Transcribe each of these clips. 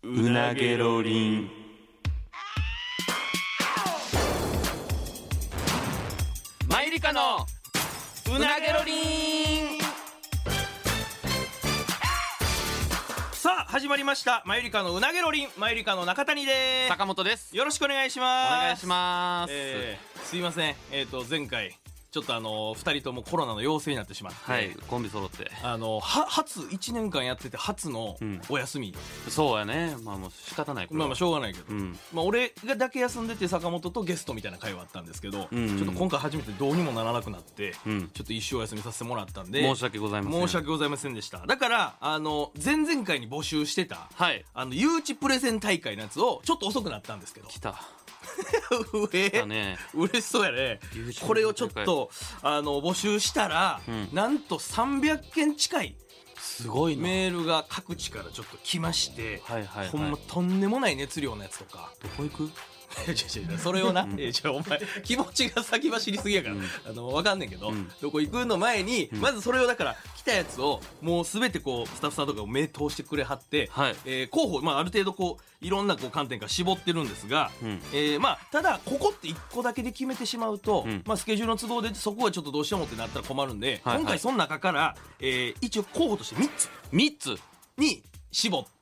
うなげろりん。マユリカのうなげろりん。 さあ始まりました、マユリカのうなげろりん。マユリカの中谷です。 坂本です。 よろしくお願いします。 お願いします。 すいません、前回ちょっと2人ともコロナの陽性になってしまって、 はい、コンビ揃って初1年間やってて初のお休み、 そうやね。まあもう仕方ない。 まあしょうがないけど、 うん俺がだけ休んでて坂本とゲストみたいな会話あったんですけど、ちょっと今回初めてどうにもならなくなって、ちょっと一週お休みさせてもらったんで申し訳ございません。 申し訳ございませんでした。だから前々回に募集してた、 はい誘致プレゼン大会のやつをちょっと遅くなったんですけど来たね。 嬉しそうやね。これをちょっと募集したら、なんと300件近いすごいな。 メールが各地からちょっと来まして、 はいはいはい、 ほんまとんでもない熱量のやつとか。 どこ行く？ それをな、お前気持ちが先走りすぎやから、わかんねんけど、どこ行くの前に、まずそれをだから来たやつをもうすべてこうスタッフさんとかを目通してくれはって、候補、ある程度こういろんなこう観点から絞ってるんですが、ただここって1個だけで決めてしまうと、スケジュールの都合でそこはちょっとどうしてもってなったら困るんで、今回その中から、一応候補として3つに絞って、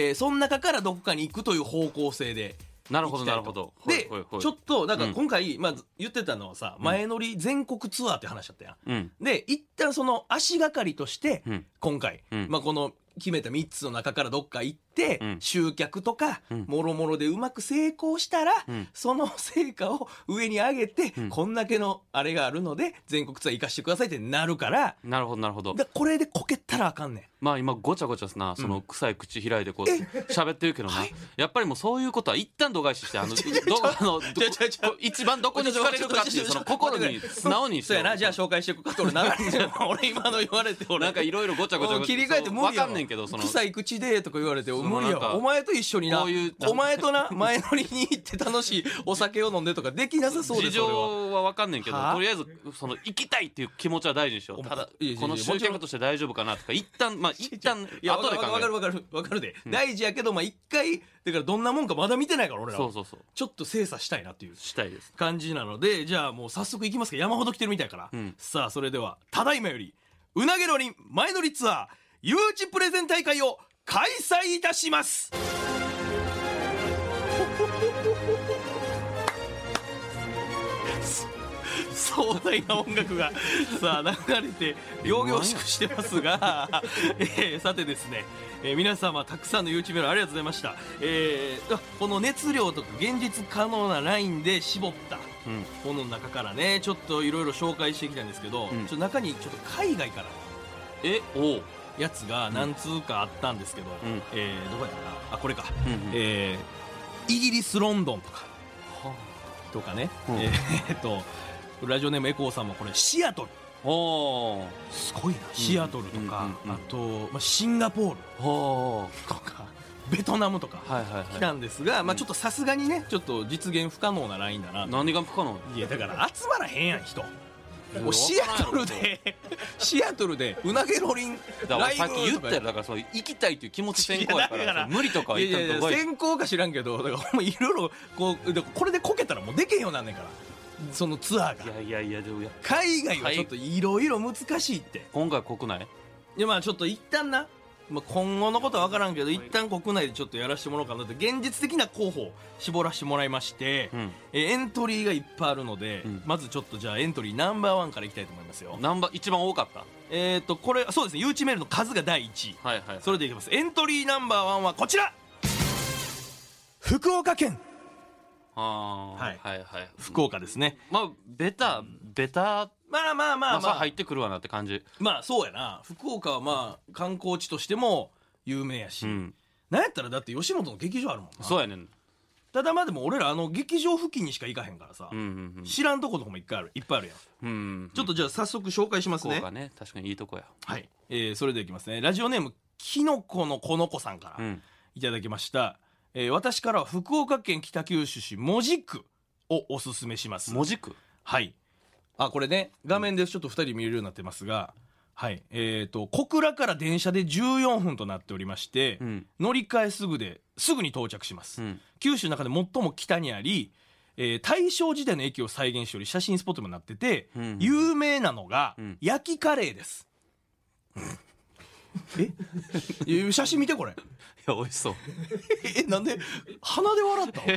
その中からどこかに行くという方向性で。 なるほどなるほど。 で、ちょっとなんか今回、言ってたのはさ、前乗り全国ツアーって話だったやん。で、一旦その足がかりとして、今回、この決めた3つの中からどっか行って、集客とか、もろもろでうまく成功したら、その成果を上に上げて、こんだけのあれがあるので、全国ツアー行かしてくださいってなるから、 なるほどなるほど。 これでこけたらあかんねん。 まあ今ごちゃごちゃな、その臭い口開いてこう喋ってるけどな、やっぱりもうそういうことは一旦度外視して、一番どこに惹かれるかっていうその心に素直にして。 そうやな、じゃあ紹介していくかって俺今の言われてなんかいろいろごちゃごちゃ切り替えて無理やろ。 わかんねんけど、その臭い口でとか言われて無理やろ。お前と一緒にな、お前とな前乗りに行って楽しいお酒を飲んでとかできなさそうです。 事情はわかんねんけど、とりあえずその行きたいっていう気持ちは大事にしよう。ただこの集客として大丈夫かなとか一旦後で考える。 わかるで、大事やけど一回だからどんなもんかまだ見てないから俺ら。 そうちょっと精査したいなっていうしたいです感じなので、じゃあもう早速いきますか。山ほど来てるみたいから、さあそれではただいまよりうなげろりん前乗りツアー誘致プレゼン大会を開催いたします。壮大な音楽がさあ流れて仰々しくしてますが、さてですね、皆様たくさんの YouTube メールありがとうございました。この熱量とか現実可能なラインで絞ったものの中からね、ちょっといろいろ紹介していきたいんですけど、中にちょっと海外からやつが何通かあったんですけど、どこやったかな、これか、イギリスロンドンとかね、ラジオネームエコーさんもこれシアトル、すごいな、シアトルとか、あと、シンガポールとかベトナムとか来たんですが、ちょっとさすがにねちょっと実現不可能なラインだな。 何が不可能？ いやだから集まらへんやん人。もうシアトルでうなげろりんライブさっき言ったよ。だからそう行きたいっていう気持ち先行やから無理とかは言ったんだ。 先行か知らんけど、だからほんまいろいろこれでこけたらもうでけんようなんねんから、そのツアーが。 いやでも海外はちょっといろいろ難しいって。 今回国内いやちょっと一旦な、今後のことは分からんけど、一旦国内でちょっとやらせてもらおうかなって現実的な候補を絞らせてもらいまして、エントリーがいっぱいあるので、まずちょっとじゃあエントリーナンバー1からいきたいと思いますよ。 一番多かった？ これそうですね、誘致メールの数が第1位、それでいきます。エントリーナンバー1はこちら、福岡県。福岡ですね。 ベタ入ってくるわなって感じ。 そうやな。福岡は観光地としても有名やし、なんやったらだって吉本の劇場あるもんな。 そうやねん。 ただでも俺ら劇場付近にしか行かへんからさ、知らんとことかもいっぱいあるやん。ちょっとじゃあ早速紹介しますね。 福岡ね、確かにいいとこや。 はい、それでいきますね。ラジオネームきのこのこのこさんからいただきました。私からは福岡県北九州市門司区をおすすめします。 門司区？ はい。これね、画面でちょっと2人見れるようになってますが、 はい小倉から電車で14分となっておりまして、乗り換えすぐに到着します、九州の中で最も北にあり、大正時代の駅を再現しており写真スポットにもなってて、有名なのが、焼きカレーです。写真見てこれ。 いや美味しそう。 なんで鼻で笑った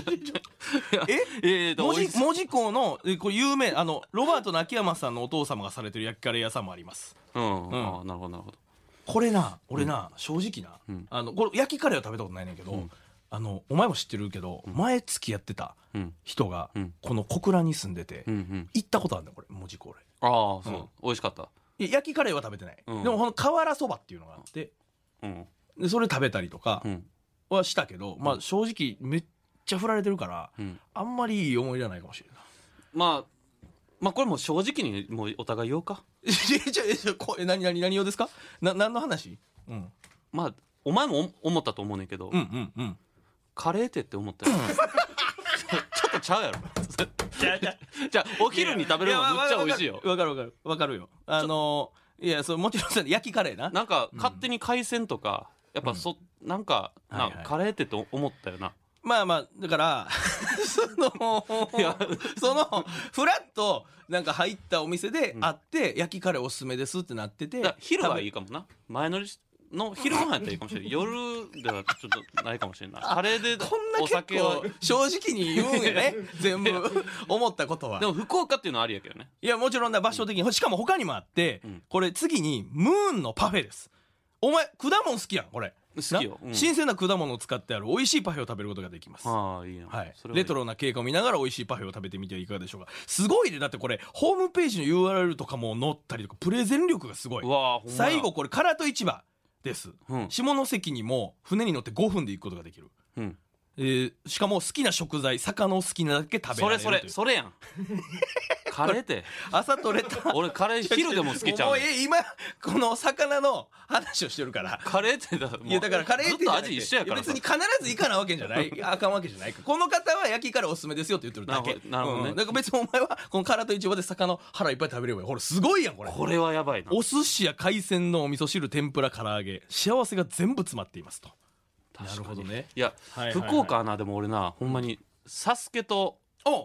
お前。門司港のこれ有名ロバートの秋山さんのお父様がされてる焼きカレー屋さんもあります。 あなるほどなるほど。 これな俺な、正直な、これ焼きカレーは食べたことないねんけど、お前も知ってるけど、前付き合ってた人がこの小倉に住んでて、行ったことあるんだよこれ門司港。 ああそう、美味しかった。 焼きカレーは食べてない、でもこの瓦そばっていうのがあって、でそれ食べたりとかはしたけど、まあ正直めっちゃ振られてるから、あんまりいい思い出はないかもしれない。 まあこれもう正直にもうお互い言おうか。 何用ですか。何の話。 まあお前も思ったと思うねんけど、カレーって思ったよ。ちょっとちゃうやろ。じゃあお昼に食べるのがむっちゃ美味しいよ。 わかるよ。いやもちろん焼きカレーな。 なんか勝手に海鮮とかやっぱなんかカレーってと思ったよな。 まあだからそのフラッとなんか入ったお店であって、焼きカレーおすすめですってなってて、 昼はいいかもな。前乗りの昼ご飯やったらいいかもしれない。夜ではちょっとないかもしれない。カレーでお酒は正直に言うんやね。全部思ったことは。 でも福岡っていうのはありやけどね。 いやもちろん場所的に、しかも他にもあって、これ次にムーンのパフェです。お前果物好きやんこれ。 好きよ、 新鮮な果物を使ってある美味しいパフェを食べることができます。 いいやん、 レトロな景観を見ながら美味しいパフェを食べてみてはいかがでしょうか。すごいね。だってこれホームページの URL とかも載ったりとか、プレゼン力がすごい。最後これ唐戸市場です、下関にも船に乗って5分で行くことができる、しかも好きな食材魚を好きなだけ食べられるという。 それやん。カレーって朝取れた。 俺カレー昼でも好きちゃう。 今この魚の話をしてるから。 カレーってだからカレーってずっと味一緒やから。 別に必ずいかなわけじゃない。あかんわけじゃない。この方は焼きカレーおすすめですよって言ってるだけ。 なるほどね。 だから別にお前はこの唐戸市場で魚腹いっぱい食べればいい。ほらすごいやんこれ。 これはやばいな。 お寿司や海鮮のお味噌汁天ぷら唐揚げ幸せが全部詰まっていますと。なるほどね。 いや福岡はな、でも俺なほんまにサスケと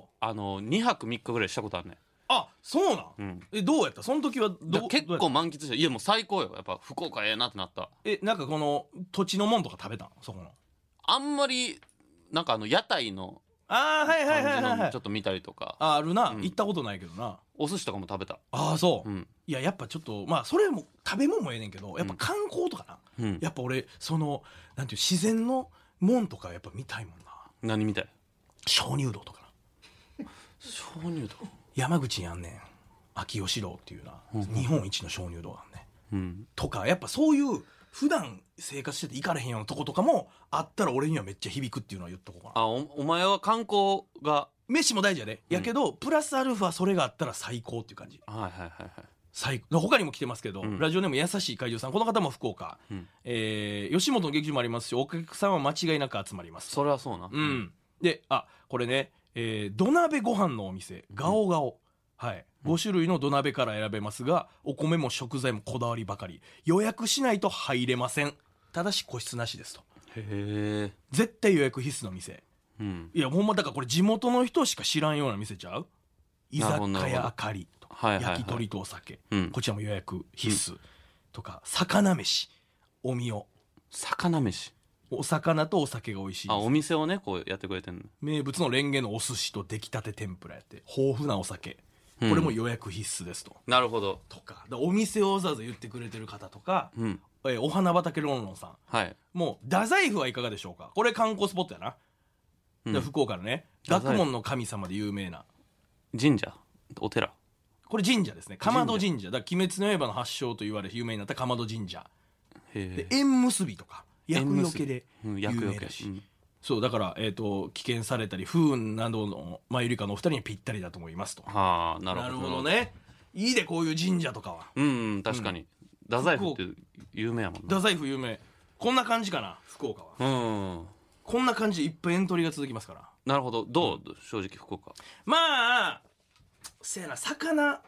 2泊3日ぐらいしたことあるね。 あ、そうなん。どうやったその時は。 結構満喫した。いやもう最高よ。やっぱ福岡ええなってなった。 なんかこの土地のもんとか食べたんそこの。 あんまりなんか屋台のはいちょっと見たりとかあるな、行ったことないけどな。 お寿司とかも食べた。 そう、いややっぱちょっとまあそれも食べ物もええねんけど、やっぱ観光とかな、やっぱ俺そのなんていう自然のもんとかやっぱ見たいもんな。 何見たい。 鍾乳洞とかな。鍾乳洞山口にあんねん秋吉洞っていうな、日本一の鍾乳洞があんねん、とかやっぱそういう普段生活してて行かれへんようなとことかもあったら俺にはめっちゃ響くっていうのは言っとこうかな。 お前は観光が飯も大事やで、やけどプラスアルファそれがあったら最高っていう感じ。他にも来てますけど、ラジオネーム優しい怪獣さん、この方も福岡、吉本の劇場もありますしお客さんは間違いなく集まります。 それはそうな。 でこれね、土鍋ご飯のお店ガオガオ、5種類の土鍋から選べますが、お米も食材もこだわりばかり、予約しないと入れません。ただし個室なしですと。絶対予約必須の店。いやほんまだからこれ地元の人しか知らんような店ちゃう。居酒屋あかりとか焼き鳥とお酒、こちらも予約必須とか、魚飯おみお。 魚飯お魚とお酒が美味しい。 お店をねこうやってくれてんの。 名物のレンゲのお寿司と出来たて天ぷらやって豊富なお酒、これも予約必須ですと。 なるほど。 とかお店をわざわざ言ってくれてる方とか、お花畑ロンロンさん、もう太宰府はいかがでしょうか。これ観光スポットやな、福岡のね学問の神様で有名な神社お寺。 これ神社ですね。竈門神社だ。鬼滅の刃の発祥と言われ有名になった竈門神社で、縁結びとか厄除けで有名だし、そうだから棄権されたり不運などのマユリカのお二人にぴったりだと思いますと。 なるほどね。 いいでこういう神社とかは。 確かに太宰府って有名やもんな。 太宰府有名。こんな感じかな福岡は。こんな感じでいっぱいエントリーが続きますから。 なるほど。どう正直福岡。 まあせやな、魚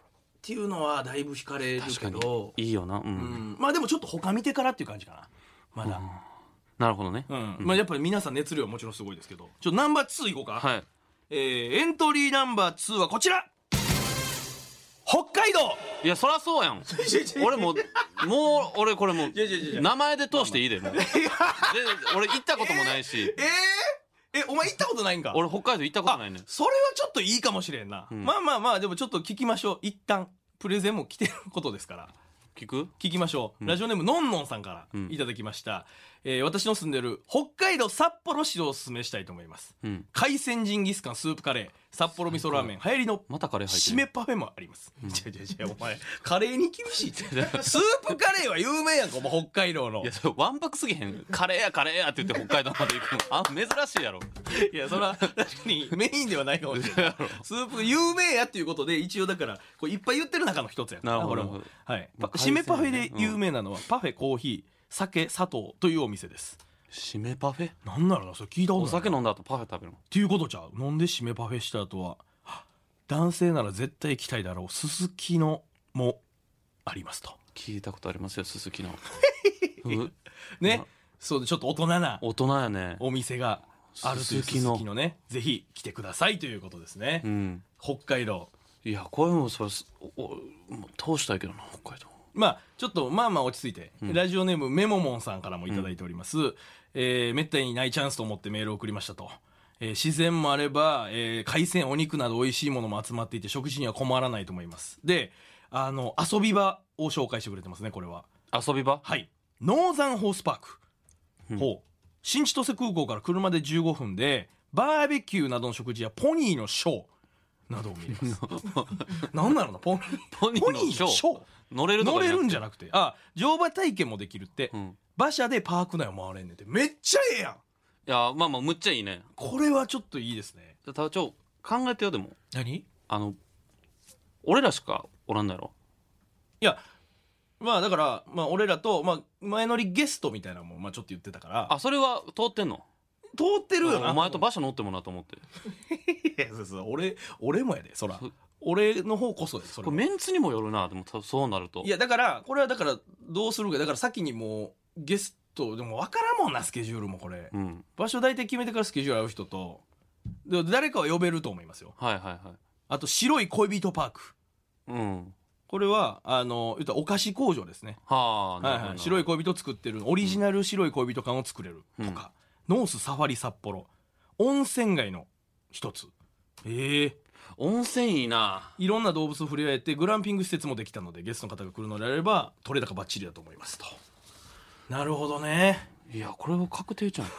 っていうのはだいぶ惹かれるけど、 いいよな、 まあでもちょっと他見てからっていう感じかなまだ、 なるほどね、 まあ、やっぱり皆さん熱量はもちろんすごいですけど、ナンバー2いこうか。 はい。 エントリーナンバー2はこちら、北海道。 いやそりゃそうやん俺もう俺これもう名前で通していいでもうで俺行ったこともないしお前行ったことないんか。 俺北海道行ったことないねん。 それはちょっといいかもしれんな、まあでもちょっと聞きましょう。一旦プレゼンも来てることですから聞きましょう、ラジオネームのんのんさんからいただきました、私の住んでる北海道札幌市をおすすめしたいと思います、海鮮ジンギスカンスープカレー札幌味噌ラーメン流行りのまたカレー入って締めパフェもあります、お前カレーに厳しいってスープカレーは有名やんかお前北海道の。 いやそれわんぱくすぎへん。カレーやって言って北海道まで行くの珍しいやろ。 いやそれは確かにメインではないかもしれないスープ有名やっていうことで一応だからこれいっぱい言ってる中の一つやなるほどこれも、はい、締めパフェで有名なのは、パフェコーヒー酒砂糖というお店です。 締めパフェなんならなそれ聞いたことない。 お酒飲んだ後パフェ食べるのっていうことちゃう。飲んで締めパフェした後は男性なら絶対行きたいだろうすすきのもありますと。 聞いたことありますよすすきのね、そうでちょっと大人な大人やねお店があるというすすきのね、ぜひ来てくださいということですね、北海道。 いやこれもそれ通したいけどな北海道。 まあちょっとまあ落ち着いて、ラジオネームメモモンさんからもいただいております、めったにないチャンスと思ってメールを送りましたと、自然もあれば、海鮮お肉など美味しいものも集まっていて食事には困らないと思います。で遊び場を紹介してくれてますね。これは遊び場、 はいノーザンホースパーク、新千歳空港から車で15分でバーベキューなどの食事やポニーのショーなどを見れますなんなのなポニーのショー乗れるんじゃなくて乗馬体験もできるって、馬車でパーク内を回れんねんて。めっちゃええやん。 いやまあむっちゃいいね。 これはちょっといいですね。 ただ考えてよ。でも何俺らしかおらんのやろ。 いやまあだから俺らと、前乗りゲストみたいなのもちょっと言ってたから。 それは通ってんの。 通ってるよな。 お前と馬車乗ってもなと思っていやそう俺もやでそら俺の方こそでそれこれメンツにもよるな。でもそうなるといやだからこれはだからどうするかだから先にもうゲストでも分からんもんなスケジュールもこれ、場所大体決めてからスケジュール合う人とで誰かは呼べると思いますよ。あと白い恋人パーク、これは言ったらお菓子工場ですね。白い恋人作ってるオリジナル白い恋人館を作れるとか、ノースサファリ札幌温泉街の一つ。 温泉いいな。 いろんな動物と触れ合えてグランピング施設もできたのでゲストの方が来るのであれば取れ高バッチリだと思いますと。なるほどね。 いやこれは確定じゃん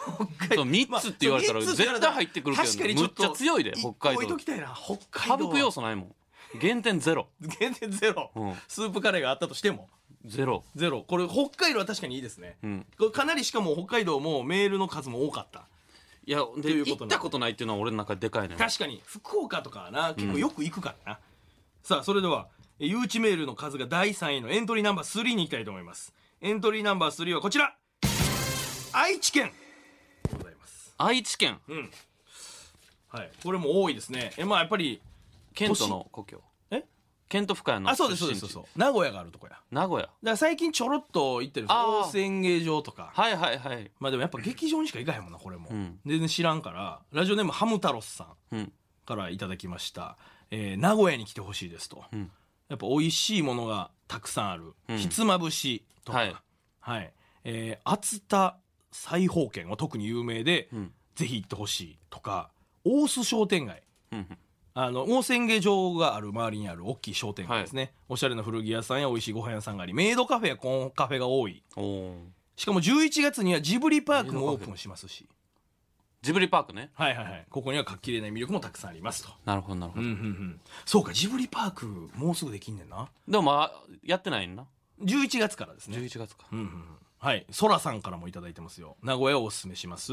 3つって言われたら絶対入ってくるけど、むっちゃ強いで北海道。 置いときたいな北海道。 省く要素ないもん。減点ゼロスープカレーがあったとしてもゼロ。これ北海道は確かにいいですね、これかなりしかも北海道もメールの数も多かった。 いやで行ったことないっていうのは俺の中ででかいね。 確かに福岡とかはな結構よく行くからな、さあそれでは誘致メールの数が第3位のエントリーナンバー3に行きたいと思います。エントリーナンバー3はこちら愛知県でございます。 愛知県、 これも多いですね。やっぱりケントの故郷。ケント深谷のそうです名古屋があるとこや。 名古屋だから最近ちょろっと行ってる大泉芸場とか。でもやっぱ劇場にしか行かへんもんなこれも、全然知らんからラジオネームハム太郎さんからいただきました、名古屋に来てほしいですと、やっぱ美味しいものがたくさんある、ひつまぶしとか、熱田裁縫軒は特に有名で、ぜひ行ってほしいとか、大須商店街、温泉芸場がある周りにある大きい商店街ですね、おしゃれな古着屋さんや美味しいご飯屋さんがありメイドカフェやコーンカフェが多い。しかも11月にはジブリパークもオープンしますし。 ジブリパークね。 ここにはきれいな魅力もたくさんありますと。 なるほど、 そうかジブリパークもうすぐできんねんな。 でもやってないんな。 11月からですね。 11月か。 ソラさんからもいただいてますよ。名古屋をおすすめします、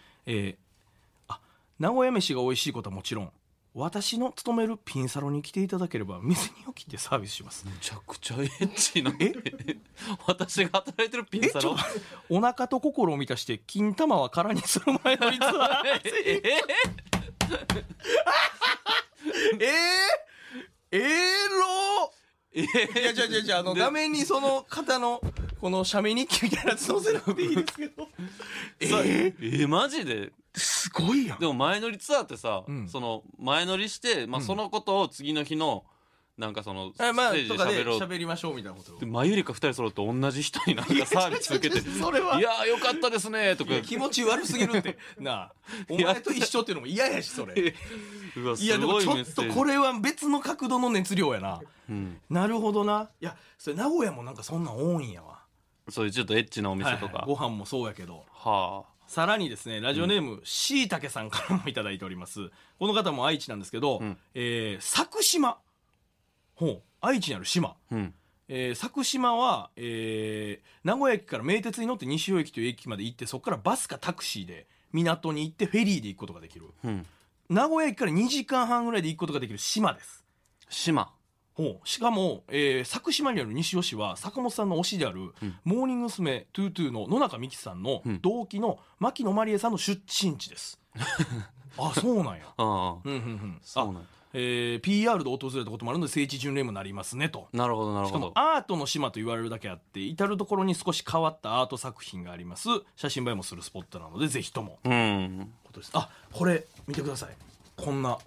名古屋飯が美味しいことはもちろん私の勤めるピンサロに来ていただければ水に置きってサービスします。 めちゃくちゃエッチな私が働いてるピンサロお腹と心を満たして金玉は空にする前の率はエロいやじゃ画面にその方のこの写メ日記みたいなやつ載せなくていいですけどマジですごいやん。 でも前乗りツアーってさ、 うんその前乗りして、まあ、そのことを次の日のなんかそのステまあージでとかで喋ろう、 喋りましょうみたいなことで前よりか2人揃って同じ人になんかサービス受けてそれはいやーよかったですねとか気持ち悪すぎるってなあお前と一緒っていうのも嫌やしそれうわいやでもちょっとこれ、 れは別の角度の熱量やな。 うん、 なるほどな。いやそれ名古屋もなんかそんなん多いんやわ。 そういうちょっとエッチなお店とか、 はいはいご飯もそうやけど。 はさらにですねラジオネームしいたけさんからもいただいております。この方も愛知なんですけど、 うん佐久島、ほう愛知にある島、 あ、うん佐久島は、名古屋駅から名鉄に乗って西尾駅という駅まで行って、そこからバスかタクシーで港に行ってフェリーで行くことができる、 うん名古屋駅から2時間半ぐらいで行くことができる島です。 島ほうしかも、佐久島にある西尾市は坂本さんの推しである、 うんモーニング娘。トゥートゥーの野中美紀さんのうん同期の牧野まりえさんの出身地ですあそうなんやああうんうんうんそうなんだ PR で訪れたこともあるので聖地巡礼もなりますねと。 なるほどなるしかもほどアートの島と言われるだけあって至る所に少し変わったアート作品があります。写真映えもするスポットなのでぜひともうんことです。あこれ見てください。こんな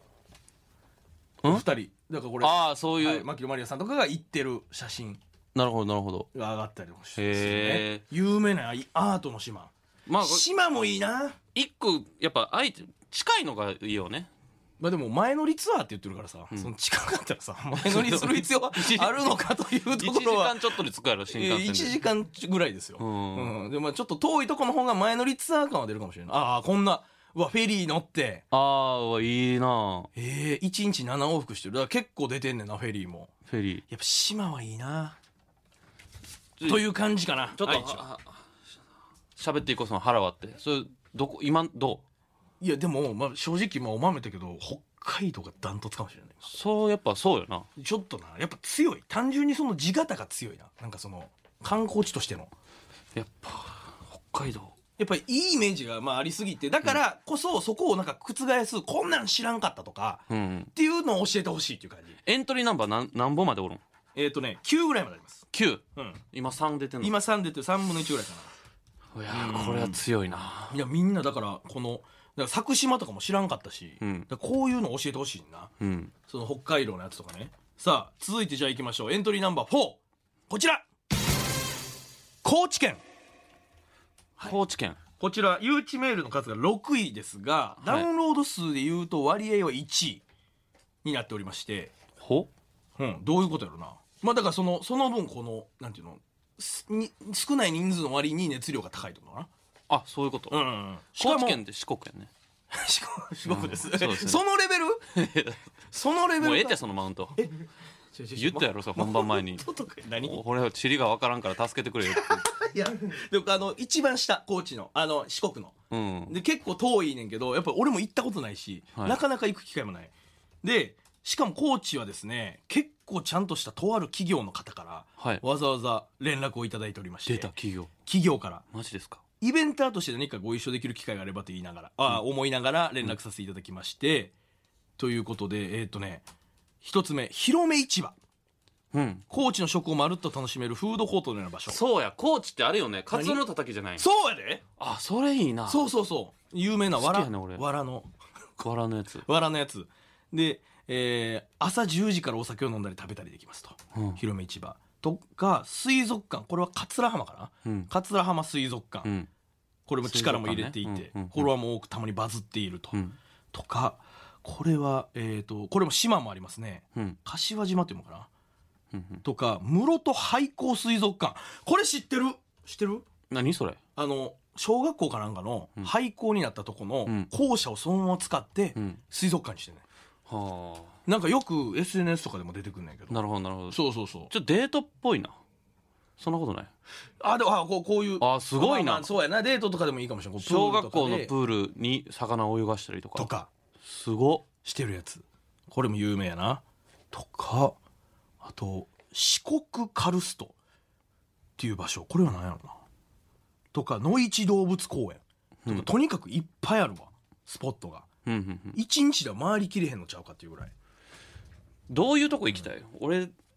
2人だからこれああそういう、 はい、牧野まりやさんとかが行ってる写真なるほどなるほどが上がったりもしてへますよえね。有名なアートの島、 まあ島もいいな。 一個やっぱ相手近いのがいいよねまあでも前乗りツアーって言ってるからさ、その近かったらさ前乗りする必要はあるのかというと 1 ころは時間ちょっとで着くやろ新幹線で 1時間ぐらいですよ、 うんでもちょっと遠いとこの方が前乗りツアー感は出るかもしれない。ああこんなうわフェリー乗ってああいいな 1日7往復してる。だから結構出てんねんなフェリーも。 フェリーやっぱ島はいいなちょという感じかな。 ちょっと愛知は喋っていこうその腹割ってそれどこ今どういやでも、まあ、正直まあおまめたけど北海道がダントツかもしれない。 そうやっぱそうよなちょっとなやっぱ強い。単純にその地形が強いな。なんかその観光地としてのやっぱ北海道やっぱりいいイメージがまあありすぎて、だからこそそこをなんか覆すこんなん知らんかったとかうんっていうのを教えてほしいっていう感じ。 エントリーナンバー何本までおるん 9ぐらいまであります。 9 うん今3出てんの今3出て3分の1ぐらいかいやーこれは強いな。 いやみんなだからこのだから佐久島とかも知らんかったし、 うんだからこういうの教えてほしいな。 うんその北海道のやつとかね。さあ続いてじゃあ行きましょう。エントリーナンバー4こちら高知県。 高知県こちら誘致メールの数が6位ですが、 いダウンロード数でいうと割合は1位になっておりまして、 ほどういうことやろな。まあだからその分このなんていうの少ない人数の割に熱量が高いってことかあそういうこと、 な。しかも高知県って四国やね四国です、 そうですねそのレベルそのレベルもうええってそのマウント言ったやろさ本番前に何俺は地理が分からんから助けてくれよっていやでも一番下高知の四国のうんで結構遠いねんけどやっぱ俺も行ったことないし、 はいなかなか行く機会もないでしかも高知はですね結構ちゃんとしたとある企業の方からはいわざわざ連絡をいただいておりまして出た企業企業からマジですかイベンターとして何かご一緒できる機会があればと言いながら、思いながら連絡させていただきまして、ということで一つ目広め市場。 うん高知の食をまるっと楽しめるフードコートのような場所。 そうや高知ってあれよねカツオのたたきじゃないそうやで。 あそれいいなそう有名な好きやね俺わらの柄のやつやつで、朝10時からお酒を飲んだり食べたりできますと、 うん広め市場とか水族館。これは桂浜かな、 うん桂浜水族館、 うんこれも力も入れていて、 水族館ねうんうんうんこれはもうたまにバズっていると、 うんとかこれはこれも島もありますね。 うん柏島っていうのかな、 うんとか室戸廃校水族館。これ知ってる何それ小学校かなんかの廃校になったとこの校舎をそのまま使ってうん水族館にしてね。 はなんかよく SNS とかでも出てくるんだけど。 あなるほどなるほどそうちょっとデートっぽいなそんなことないでもこういうすごいなそうやな。デートとかでもいいかもしれない。こう小学校のプールールに魚を泳がしたりとかとかすごっしてるやつ。これも有名やな。とかあと四国カルストっていう場所。これは何やろな。とか野市動物公園とか、とにかくいっぱいあるわスポットが。 うんうんうん一日では回りきれへんのちゃうかっていうぐらい。 どういうとこ行きたい俺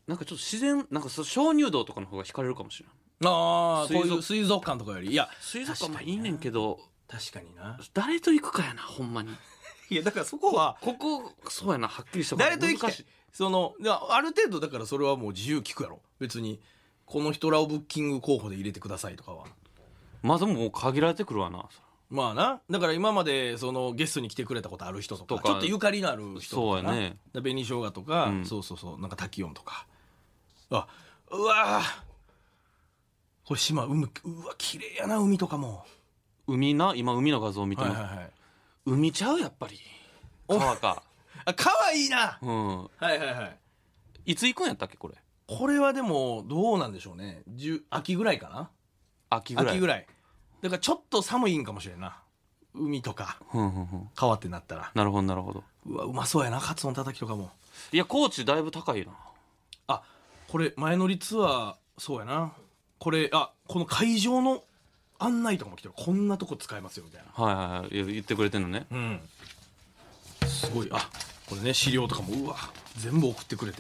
なんかちょっと自然なんか鍾乳洞とかの方が惹かれるかもしれない。 ああこういう水族館とかよりいや水族館もいいねんけど確かにな誰と行くかやなほんまに。 いやだからそこはこそうやなはっきりした誰と行きたい難しい。 そのいやある程度だからそれはもう自由聞くやろ別にこの人らをブッキング候補で入れてくださいとかはまあでももう限られてくるわな。 まあなだから今までそのゲストに来てくれたことある人とかちょっとゆかりのある人とかなそうやねだ紅生姜とか、そうそうそうなんか滝音とかうわこれ島海うわ綺麗やな海とかも海な今海の画像見てます、海ちゃうやっぱり川かあ川いいなはいはいはいいつ行くんやったっけこれ。 これはでもどうなんでしょうね秋ぐらいかな秋ぐらいだからちょっと寒いんかもしれんな海とか川ってなったらなるほどなるほど。 うわうまそうやなカツオのたたきとかもいや高知だいぶ高いな。 あこれ前乗りツアーそうやなこれこの会場の案内とかも来てるこんなとこ使えますよみたいなはい言ってくれてんのね。 すごいこれね資料とかもうわ全部送ってくれて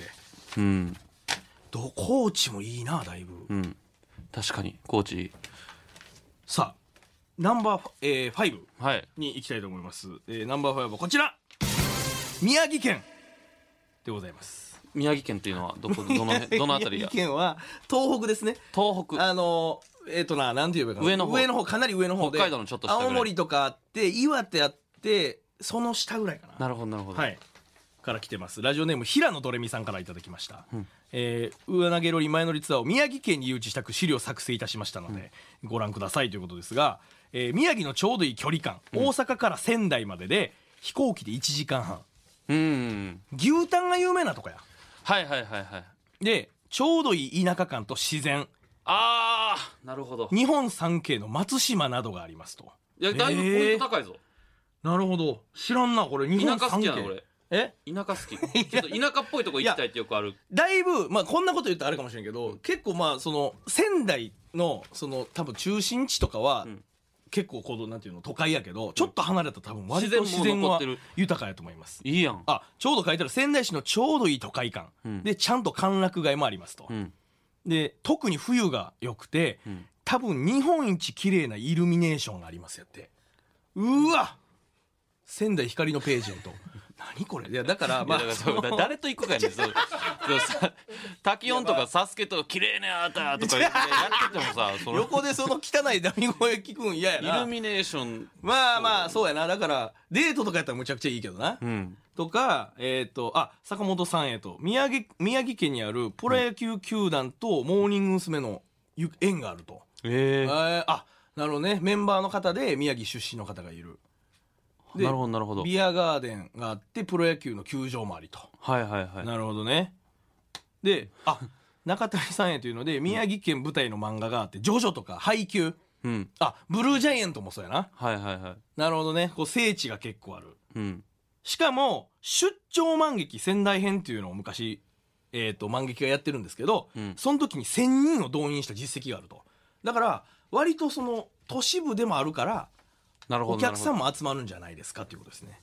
高知もいいなだいぶ確かに高知さあナンバー5 はいに行きたいと思います、ナンバー5はこちら宮城県でございます。 宮城県っていうのはどのあたりや。 宮城県は東北ですね。 東北なんて言えばいいかな上の方かなり上の方で北海道のちょっと下ぐらい青森とかあって岩手あってその下ぐらいかな。 なるほどなるほど。 はいから来てます。ラジオネーム平野ドレミさんからいただきました。上投げロリ前乗りツアーを宮城県に誘致したく資料作成いたしましたので、ご覧くださいということですが、宮城のちょうどいい距離感、大阪から仙台までで飛行機で1時間半。牛タンが有名なとこや。 はいでちょうどいい田舎感と自然、 なるほど。 日本三景の松島などがありますと。 いやだいぶポイント高いぞ。 なるほど知らんなこれ日本三景。 田舎好きやな俺。田舎好き。ちょっと田舎っぽいとこ行きたいってよくある。 だいぶこんなこと言ったらあれかもしれんけど、結構その仙台のその多分中心地とかは、結構なんていうの都会やけど、ちょっと離れた多分割と自然は豊かやと思います。 いいやん。 ちょうど書いてある仙台市のちょうどいい都会感、でちゃんと歓楽街もありますと、で特に冬が良くて、多分日本一綺麗なイルミネーションがありますやって。うわ仙台光のページをと何これ。いやだから誰と行くかやねん。滝音とかサスケとか綺麗なやったとかやっててもさ横でその汚いダミ声聞くん嫌やな。 イルミネーションそうやな。だからデートとかやったらむちゃくちゃいいけどな、とか坂本さんへと宮城県にあるプロ野球球団とモーニング娘。の縁があると。なるほどね。メンバーの方で宮城出身の方がいる。 なるほどなるほど。 ビアガーデンがあってプロ野球の球場もありと。なるほどね。で中谷さんへというので宮城県舞台の漫画があってジョジョとかハイキュー、ブルージャイアントもそうやな。なるほどね。聖地が結構ある、しかも出張漫劇仙台編っていうのを昔漫劇がやってるんですけど、その時に1000人を動員した実績があると。だから割とその都市部でもあるからお客さんも集まるんじゃないですかということですね。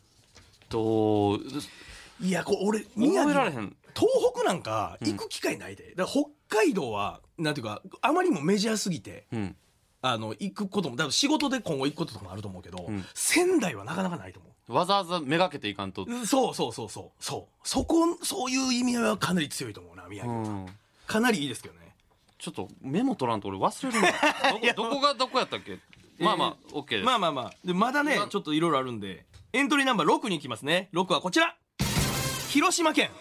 いや俺宮城東北なんか行く機会ないで。だから北海道はなんていうかあまりにもメジャーすぎて、行くことも多分仕事で今後行くこととかもあると思うけど、仙台はなかなかないと思う。 わざわざめがけていかんと。 そういう意味合いはかなり強いと思うな宮城は、かなりいいですけどね。 ちょっとメモ取らんと俺忘れるな。どこがどこやったっけ。OK です。 でまだねちょっといろいろあるんでエントリーナンバー6に行きますね。6はこちら広島県。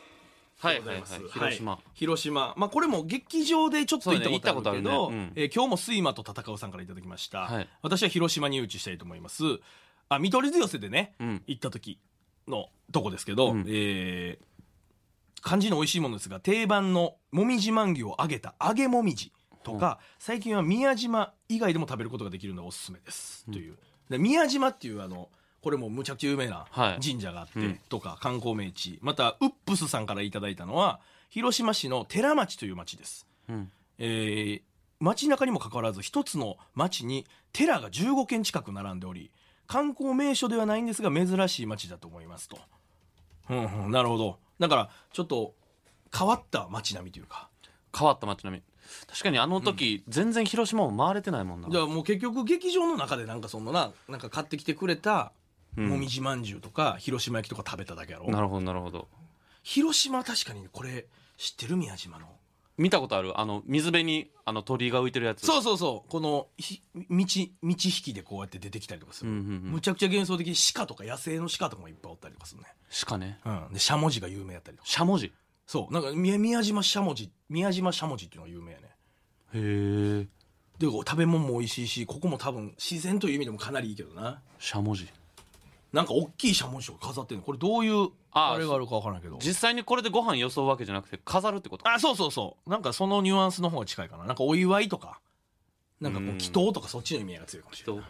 広島これも劇場でちょっと行ったことあるけど、今日も睡魔と戦うさんからいただきました、私は広島に誘致したいと思います。見取り図寄せでね、行った時のとこですけど、漢字の美味しいものですが定番のもみじ饅頭を揚げた揚げもみじとか、最近は宮島以外でも食べることができるのがおすすめです、という。で宮島っていうこれもむちゃくちゃ有名な神社があって、とか観光名地。またウップスさんからいただいたのは広島市の寺町という町です、町中にもかかわらず一つの町に寺が15軒近く並んでおり観光名所ではないんですが珍しい町だと思いますと。なるほど。だからちょっと変わった街並みというか、 変わった街並み。確かにあの時、全然広島も回れてないもんな。 じゃあもう結局劇場の中でなんかそのなんか買ってきてくれたもみじまんじゅうとか広島焼きとか食べただけやろ。 なるほどなるほど。 広島確かにこれ知ってる？宮島の見たことある、水辺に鳥居が浮いてるやつ。 そうそうそう、この道引きでこうやって出てきたりとかする、むちゃくちゃ幻想的に鹿とか野生の鹿とかもいっぱいおったりとかするね。 鹿ね。 でしゃもじが有名やったりとか。 しゃもじ。 そうなんか宮島しゃもじっていうのが有名やね。 へえ。 で食べ物も美味しいし、ここも多分自然という意味でもかなりいいけどな。 しゃもじなんか大きいしゃもじを飾ってるの。これどういうあれがあるか分からんけど、 実際にこれでご飯よそうわけじゃなくて飾るってこと？ そうそうそう、なんかそのニュアンスの方が近いかな。なんかお祝いとかなんかこう祈祷とかそっちの意味合いが強いかもしれない。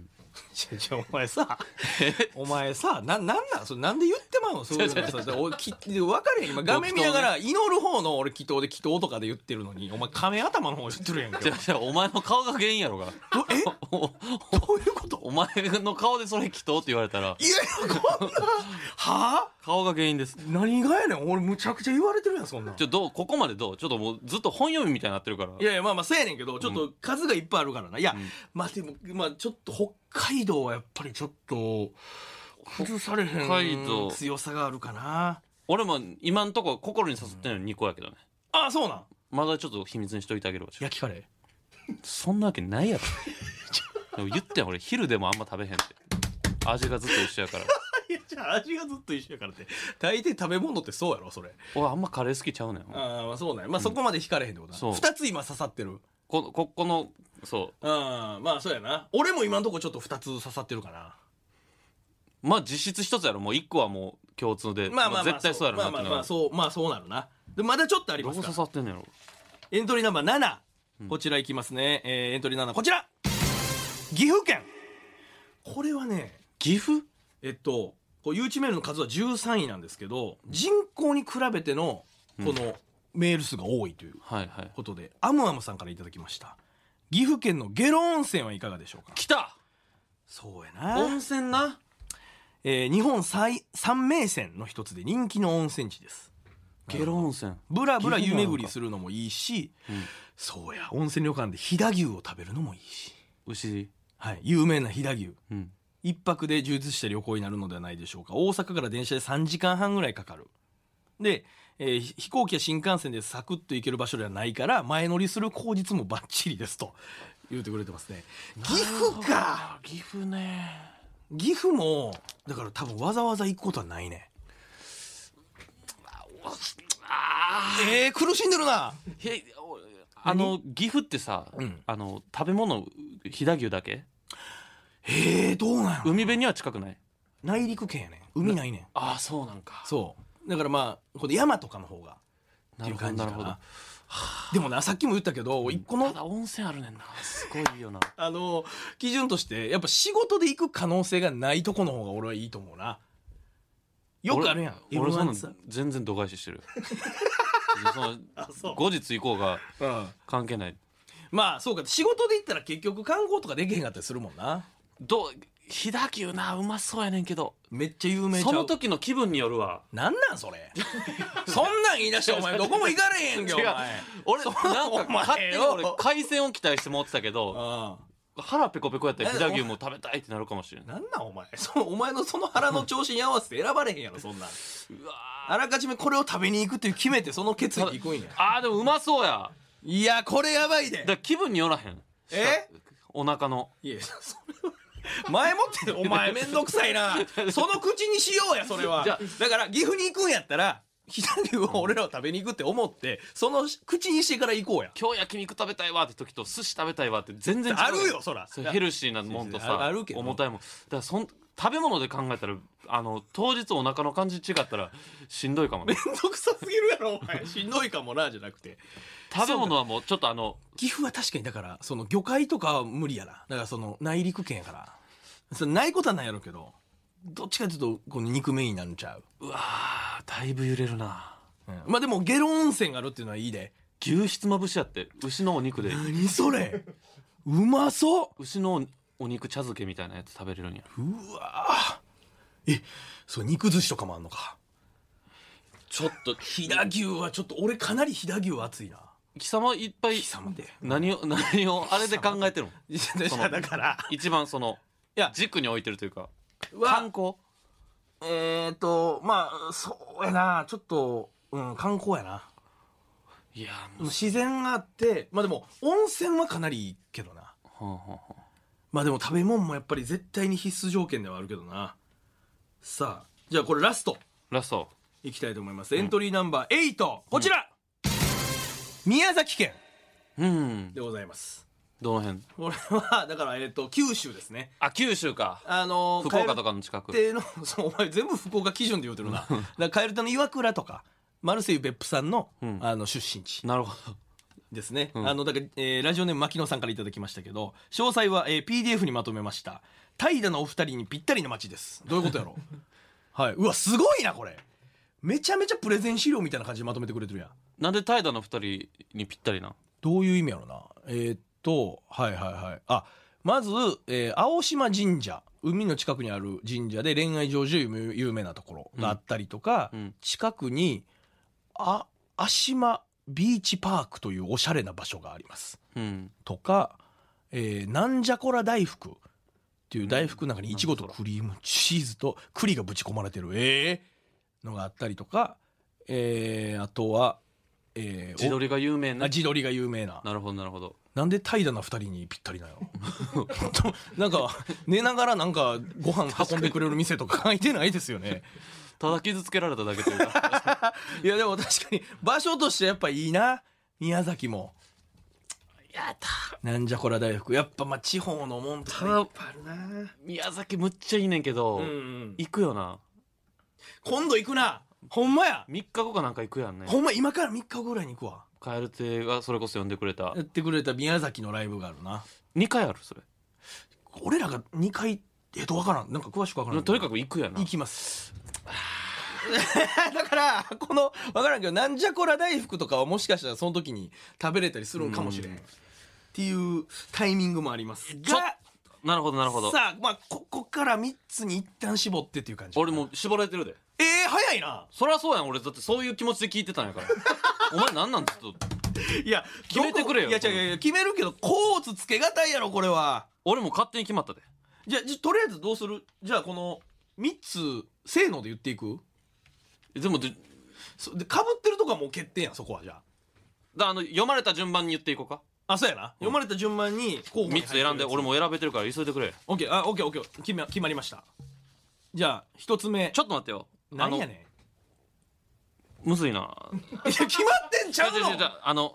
お前さなんそれなんで言ってまうの？そういうのさ分かるやん。今画面見ながら祈る方の俺祈祷で祈祷とかで言ってるのに、お前亀頭の方言ってるやんけ。 お前の顔が原因やろが。 どういうこと？ お前の顔でそれ祈祷って言われたら、 いやこんなはあ顔が原因です。 何がやねん。俺むちゃくちゃ言われてるやんそんな。 ここまでどう？ちょっともうずっと本読みみたいになってるから。 いやいやまあそうやねんけど、ちょっと数がいっぱいあるからな。いや、まあでもまあちょっと北海道はやっぱりちょっと崩されへん北海道強さがあるかな。 俺も今んとこ心に誘ってるの2個やけどね。 そうなん。 まだちょっと秘密にしといてあげるわ。 焼きカレーそんなわけないやろ。でも言ってん俺昼でもあんま食べへんって。味がずっと一緒やから。 いやじゃあ味がずっと一緒やからって大抵食べ物ってそうやろそれ。 俺あんまカレー好きちゃうねん。 まあそうね。まあそこまで惹かれへんってことだ。 そう 2つ今刺さってる。 このそうまあそうやな。俺も今のところちょっと2つ刺さってるかな。 まあ実質1つやろ。もう1個はもう共通で、絶対そうやろなってまあそうなるな。でまだちょっとありますから。 どこ刺さってんのやろ。 エントリーナンバー7、こちらいきますね。エントリー7こちら、岐阜県。これはね、 岐阜こう誘致メールの数は13位なんですけど、人口に比べてのこのメール数が多いということで、アムアムさんからいただきました。岐阜県の下呂温泉はいかがでしょうか。 来た。 そうやな、 温泉な。 日本三名泉の一つで人気の温泉地です。 下呂温泉ブラブラ湯巡りするのもいいし、そうや温泉旅館で飛騨牛を食べるのもいいし、 牛、 有名な飛騨牛、一泊で充実した旅行になるのではないでしょうか。大阪から電車で3時間半ぐらいかかる。で、飛行機や新幹線でサクッと行ける場所ではないから前乗りする口実もバッチリですと言ってくれてますね。岐阜か。 岐阜ね。 岐阜もだから多分わざわざ行くことはないね。苦しんでるな。 岐阜ってさ、食べ物飛騨牛だけ？ どうなんやろ。 海辺には近くない？ 内陸圏やねん。海ないねん。 そうなんか。 そうだからまあこの山とかの方がっていう感じかな。でもな、さっきも言ったけど、一個のただ温泉あるねんな。すごいよな。 基準としてやっぱ仕事で行く可能性がないとこの方が俺はいいと思うな。よくあるやん。 俺そんな全然度外視してる。後日行こうが関係ない。 まあそうか、仕事で行ったら結局観光とかできへんかったりするもんな。 飛騨牛な、うまそうやねんけどめっちゃ有名ちゃう。 その時の気分によるわ。 なんそれそんなん言い出してお前どこも行かれへんけど。お前俺なんか勝手に海鮮を期待して持ってたけど、腹ペコペコやったら飛騨牛も食べたいってなるかもしれん。 なんお前お前のその腹の調子に合わせて選ばれへんやろそんなん。あらかじめこれを食べに行くっていう決めてその決意で行くんや。 でもうまそうや。 いやこれやばいで。 だから気分によらへん。お腹の。 いやそれは前もってお前めんどくさいな。その口にしようやそれは。だから岐阜に行くんやったら飛騨牛を俺らは食べに行くって思ってその口にしてから行こうや。 今日焼肉食べたいわって時と寿司食べたいわって全然違う。 あるよそら。 ヘルシーなもんとさ重たいもん。だから食べ物で考えたら当日お腹の感じ違ったらしんどいかもね。 めんどくさすぎるやろお前。しんどいかもなじゃなくて食べ物はもうちょっと岐阜は確かにだからその魚介とかは無理やな。だからその内陸圏やからそれないことはないやろうけど、どっちかというとこの肉メインになるんちゃう。 うわだいぶ揺れるな。 まあでも下呂温泉があるっていうのはいいで。 牛ひつまぶしやって牛のお肉で。 何それうまそう。 牛のお肉茶漬けみたいなやつ食べれるんや。 うわそう肉寿司とかもあんのか。 ちょっと飛騨牛はちょっと俺かなり飛騨牛は熱いな。 貴様いっぱい貴様で何をあれで考えてるのいやだから一番そのいや軸に置いてるというかは観光まあそうやな、ちょっと、観光やな。 いや自然があって、まあでも温泉はかなりいいけどな。まあでも食べ物もやっぱり絶対に必須条件ではあるけどな。さあじゃあこれラストいきたいと思います。エントリーナンバー8、こちら、宮崎県うんでございます。 どの辺これはだから九州ですね。 あ九州か福岡とかの近くそうお前全部福岡基準で言うてるな。だから蛙亭の岩倉とかマルセイユ別府さんの、出身地なるほどですね。だから、ラジオネーム牧野さんからいただきましたけど、詳細は、PDF にまとめました。怠惰のお二人にぴったりな街です。どういうことやろはい、うわすごいなこれ。めちゃめちゃプレゼン資料みたいな感じでまとめてくれてるやん。 なんで怠惰の二人にぴったりなどういう意味やろな。はいはいはい。あ、まず、青島神社、海の近くにある神社で恋愛成就有名なところがあったりとか、近くに足間ビーチパークというおしゃれな場所があります、とか、なんじゃこら大福っていう大福の中にいちごとクリームチーズと栗がぶち込まれてるのがあったりとか、あとは、 地鶏が有名な地鶏が有名な。 なるほどなるほど。 なんで怠惰な2人にぴったりなのなんか寝ながらなんかご飯運んでくれる店とか書いてないですよね。 ただ傷つけられただけというかいやでも確かに場所としてやっぱいいな。宮崎もやったなんじゃこら大福やっぱまあ地方のもんとかいっぱいあるな。 宮崎むっちゃいいねんけど、行くよな。 今度行くな。ほんまや 3日後かなんか行くやんね。 ほんま今から3日後ぐらいに行くわ。 蛙亭がそれこそ呼んでくれたやってくれた宮崎のライブがあるな。 2回あるそれ。 俺らが2回分からん。なんか詳しく分からん。 とにかく行くやな。 行きますだからこの分からんけどなんじゃこら大福とかはもしかしたらその時に食べれたりするんかもしれんっていうタイミングもありますが、 なるほどなるほど。 さあまあここから3つに一旦絞ってっていう感じ。 俺もう絞られてるで。 早いな。 そりゃそうやん。俺だってそういう気持ちで聞いてたんやからお前なんなんちょっといや決めてくれよ。 いや違う決めるけどコーツつけがたいやろこれは。 俺も勝手に決まったで。 じゃあとりあえずどうする。じゃあこの3つせーので言っていく。 でもでかぶってるとかもう決定やんそこは。じゃあ読まれた順番に言っていこうか。 そうやな、読まれた順番に候補に 3つ選んで。俺も選べてるから急いでくれ。 オッケー決まりました。じゃあ1つ目。 ちょっと待ってよ。 何やねんむずいな。 決まってんちゃうの。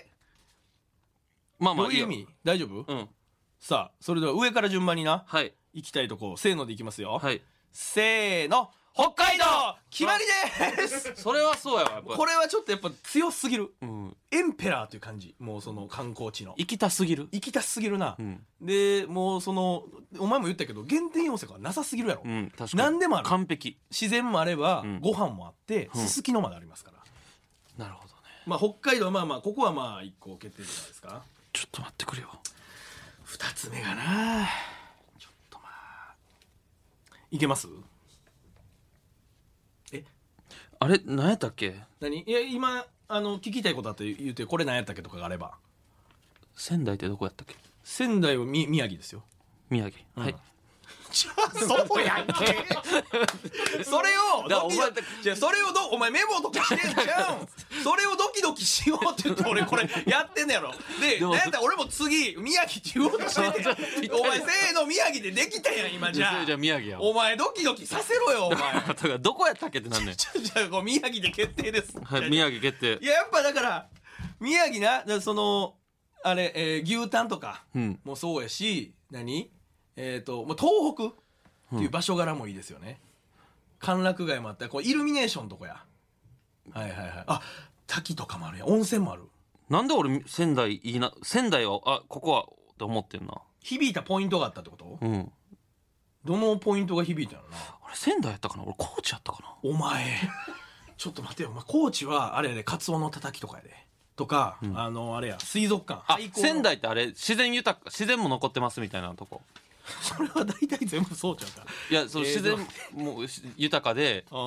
まあまあどういう意味。大丈夫。さあそれでは上から順番にな、行きたいとこせーのでいきますよ。せーの。北海道決まりです。 それはそうやわ。やっぱこれはちょっとやっぱ強すぎる、エンペラーという感じ。もうその観光地の行きたすぎるな、でもうそのお前も言ったけど減点要素がなさすぎるやろ、 確かに何でもある。 完璧。 自然もあれば、ご飯もあってすすきのまでありますから、 なるほどね。 まあ北海道はまあまあここはまあ1個決定じゃないですか。 ちょっと待ってくれよ。 2つ目がなちょっとまあいけます。 あれ何やったっけ。 いや今聞きたいことあって言うてこれ何やったっけとかがあれば。 仙台ってどこやったっけ。 仙台は宮城ですよ。 宮城、はい。 じゃあそうやんけそれをお前メモとかしてんじゃんそれをドキドキしようって言って俺これやってんねやろ。でなんやったら俺も次宮城って言おうとしててお前せーの宮城でできたやん今。じゃあ宮城や。 お前ドキドキさせろよお前だからどこやったっけってなんねん。 じゃあ宮城で決定です。 宮城決定。 いややっぱだから宮城な。だからそのあれ、牛タンとかもそうやし、もう東北っていう場所柄もいいですよね。歓楽街もあったらこうイルミネーションとこや。あ滝とかもあるやん。温泉もある。 なんで俺仙台いいな。仙台はここはって思ってんな。 響いたポイントがあったってこと。どのポイントが響いたのな。 俺仙台やったかな。俺高知やったかな。 お前ちょっと待てよ。お前高知はあれやでカツオのたたきとかやで。とか、あれや水族館。 仙台ってあれ自然も残ってますみたいなとこ。 それは大体全部そうちゃうか。 いやその自然も豊かで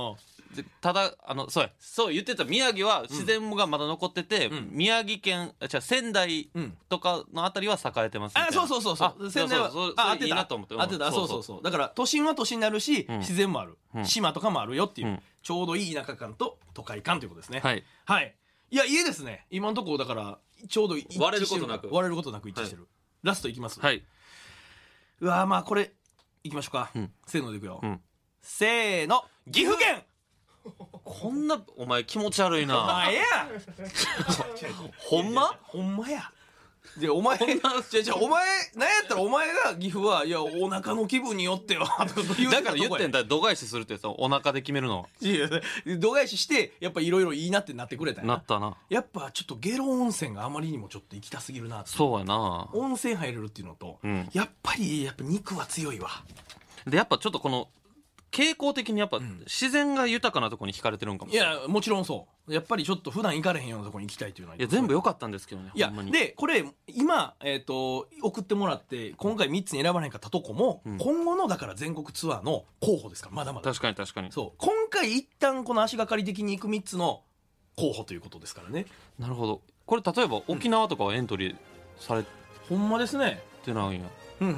でただそう言ってた宮城は自然がまだ残ってて、宮城県仙台とかのあたりは栄えてますみたいな。 そう仙台は合ってたいいなと思って合ってたそうだから都心は都心になるし、自然もある、島とかもあるよっていう、ちょうどいい田舎感と都会感ということですね。はいいやいいですね今のところ。だからちょうど割れることなく一致してる。ラストいきます。 はい。 うわまあこれいきましょうか。せーのでいくよ。せーの岐阜県。 こんなお前気持ち悪いな。 お前やほんまや。でお前お前なんやったらお前が岐阜はいやお腹の気分によってはだから言ってんだ度外視するってさお腹で決めるの。 いや度外視してやっぱいろいろいいなってなってくれたんやなったな。 やっぱちょっとゲロ温泉があまりにもちょっと行きたすぎるなって。 そうやな。 温泉入れるっていうのと、やっぱり肉は強いわ。 でやっぱちょっとこの傾向的にやっぱ自然が豊かなところに惹かれてるんかもしれない。 いやもちろんそうやっぱりちょっと普段行かれへんようなところに行きたいっていうのは。 いや全部良かったんですけどね。 いやでこれ今、送ってもらって今回3つに選ばれへんかったとこも、今後のだから全国ツアーの候補ですからまだまだ。 確かにそう今回一旦この足がかり的に行く3つの候補ということですからね。 なるほど。これ例えば沖縄とかはエントリーされてほんまですね。 ないんや。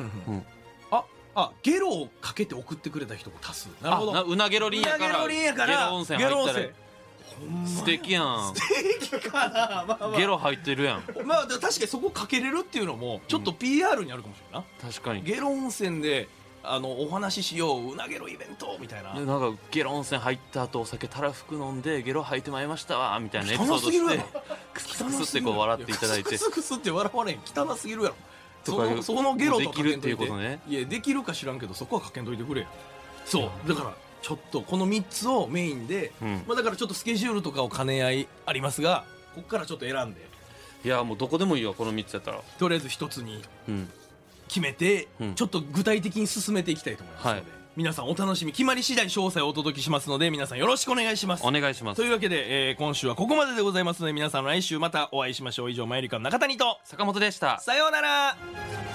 ゲロをかけて送ってくれた人も多数。なるほど。 うなゲロリンやからゲロ温泉入ったら素敵やん。 素敵かな。 ゲロ入ってるやん。 まあ確かにそこかけれるっていうのもちょっと PR になるかもしれないな。 確かにゲロ温泉でお話ししよううなゲロイベントみたいな。 なんかゲロ温泉入った後お酒たらふく飲んでゲロ吐いてまいりましたわみたいなエピソードしてクスクスってこう笑っていただいてクスクスって笑われん汚すぎるやろ。そのゲロとかけんといて。できるっていうことね。いやできるか知らんけどそこはかけんといてくれ。そうだからちょっとこの3つをメインで、だからちょっとスケジュールとかを兼ね合いありますがここからちょっと選んで。 いやもうどこでもいいわこの3つやったら。 とりあえず1つに決めて、ちょっと具体的に進めていきたいと思いますので、皆さんお楽しみ決まり次第詳細をお届けしますので皆さんよろしくお願いします。 お願いします。 というわけで、今週はここまででございますので皆さん来週またお会いしましょう。以上マユリカの中谷と坂本でした。 さようなら。